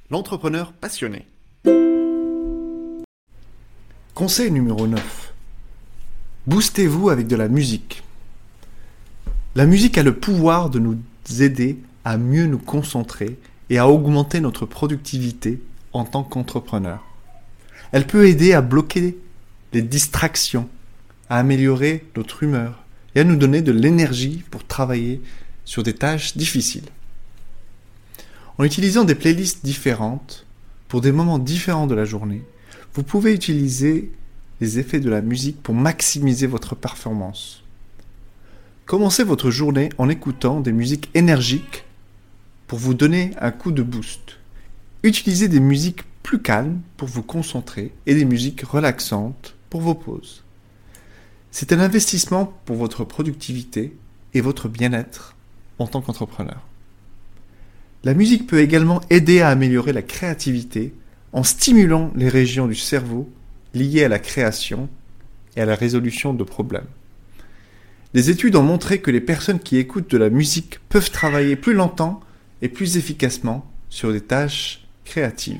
L'entrepreneur passionné. Conseil numéro 9. Boostez-vous avec de la musique. La musique a le pouvoir de nous aider à mieux nous concentrer et à augmenter notre productivité en tant qu'entrepreneur. Elle peut aider à bloquer les distractions, à améliorer notre humeur et à nous donner de l'énergie pour travailler sur des tâches difficiles. En utilisant des playlists différentes, pour des moments différents de la journée, vous pouvez utiliser les effets de la musique pour maximiser votre performance. Commencez votre journée en écoutant des musiques énergiques pour vous donner un coup de boost. Utilisez des musiques plus calmes pour vous concentrer et des musiques relaxantes pour vos pauses. C'est un investissement pour votre productivité et votre bien-être en tant qu'entrepreneur. La musique peut également aider à améliorer la créativité en stimulant les régions du cerveau liées à la création et à la résolution de problèmes. Les études ont montré que les personnes qui écoutent de la musique peuvent travailler plus longtemps et plus efficacement sur des tâches créatives.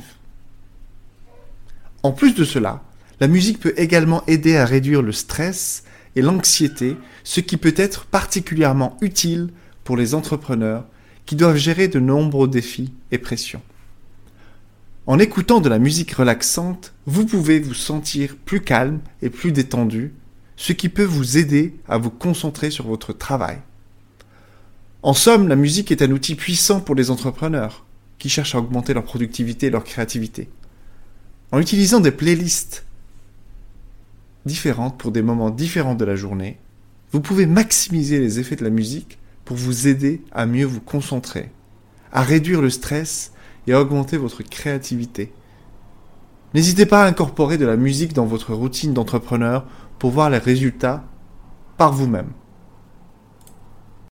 En plus de cela, la musique peut également aider à réduire le stress et l'anxiété, ce qui peut être particulièrement utile pour les entrepreneurs qui doivent gérer de nombreux défis et pressions. En écoutant de la musique relaxante, vous pouvez vous sentir plus calme et plus détendu, ce qui peut vous aider à vous concentrer sur votre travail. En somme, la musique est un outil puissant pour les entrepreneurs qui cherchent à augmenter leur productivité et leur créativité. En utilisant des playlists différentes pour des moments différents de la journée, vous pouvez maximiser les effets de la musique pour vous aider à mieux vous concentrer, à réduire le stress et à augmenter votre créativité. N'hésitez pas à incorporer de la musique dans votre routine d'entrepreneur pour voir les résultats par vous-même.